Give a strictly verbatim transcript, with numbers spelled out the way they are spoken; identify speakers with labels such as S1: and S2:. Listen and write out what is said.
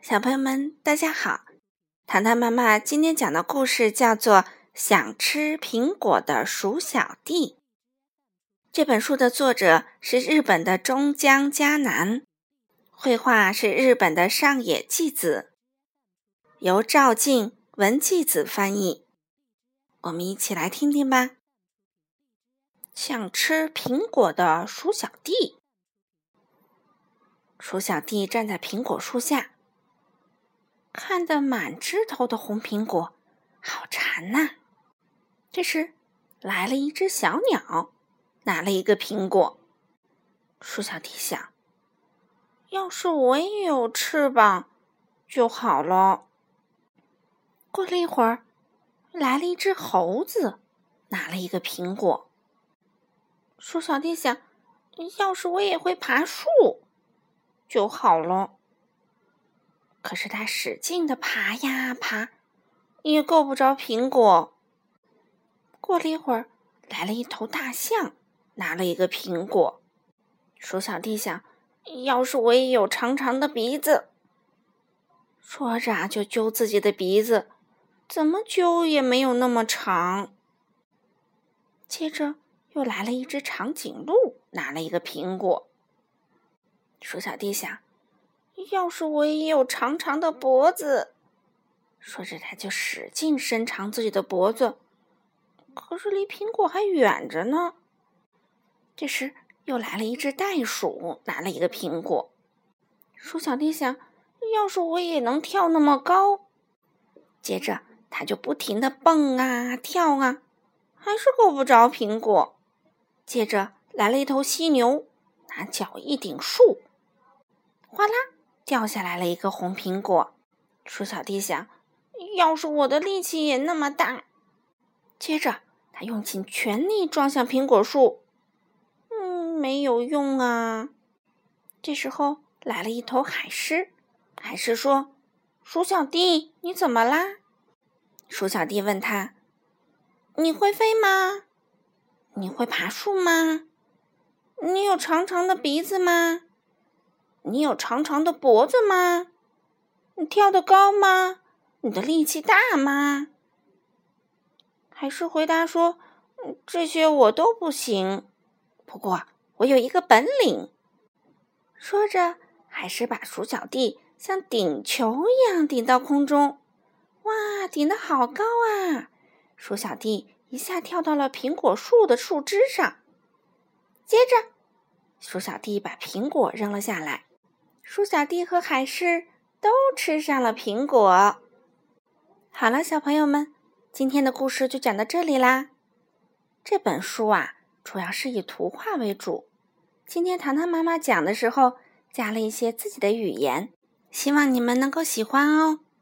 S1: 小朋友们，大家好！糖糖妈妈今天讲的故事叫做《想吃苹果的鼠小弟》。这本书的作者是日本的中江嘉南，绘画是日本的上野纪子，由赵静、文纪子翻译。我们一起来听听吧。想吃苹果的鼠小弟。鼠小弟站在苹果树下，看得满枝头的红苹果，好馋呐、啊！这时来了一只小鸟，拿了一个苹果。鼠小弟想，要是我也有翅膀就好了。过了一会儿，来了一只猴子，拿了一个苹果。鼠小弟想，要是我也会爬树就好了。可是他使劲地爬呀爬，也够不着苹果。过了一会儿，来了一头大象，拿了一个苹果。鼠小弟想，要是我也有长长的鼻子。说着就揪自己的鼻子，怎么揪也没有那么长。接着又来了一只长颈鹿，拿了一个苹果。鼠小弟想，要是我也有长长的脖子。说着他就使劲伸长自己的脖子，可是离苹果还远着呢。这时又来了一只袋鼠，拿了一个苹果。鼠小弟想，要是我也能跳那么高。接着他就不停地蹦啊跳啊，还是够不着苹果。接着来了一头犀牛，拿脚一顶树，哗啦掉下来了一个红苹果。鼠小弟想，要是我的力气也那么大。接着他用尽全力撞向苹果树，嗯，没有用啊。这时候来了一头海狮，海狮说，鼠小弟，你怎么啦？鼠小弟问他，你会飞吗？你会爬树吗？你有长长的鼻子吗？你有长长的脖子吗？你跳得高吗？你的力气大吗？海狮回答说，这些我都不行，不过我有一个本领。说着，海狮把鼠小弟像顶球一样顶到空中。哇，顶得好高啊！鼠小弟一下跳到了苹果树的树枝上。接着，鼠小弟把苹果扔了下来。鼠小弟和海狮都吃上了苹果。好了，小朋友们，今天的故事就讲到这里啦。这本书啊，主要是以图画为主。今天糖糖妈妈讲的时候，加了一些自己的语言，希望你们能够喜欢哦。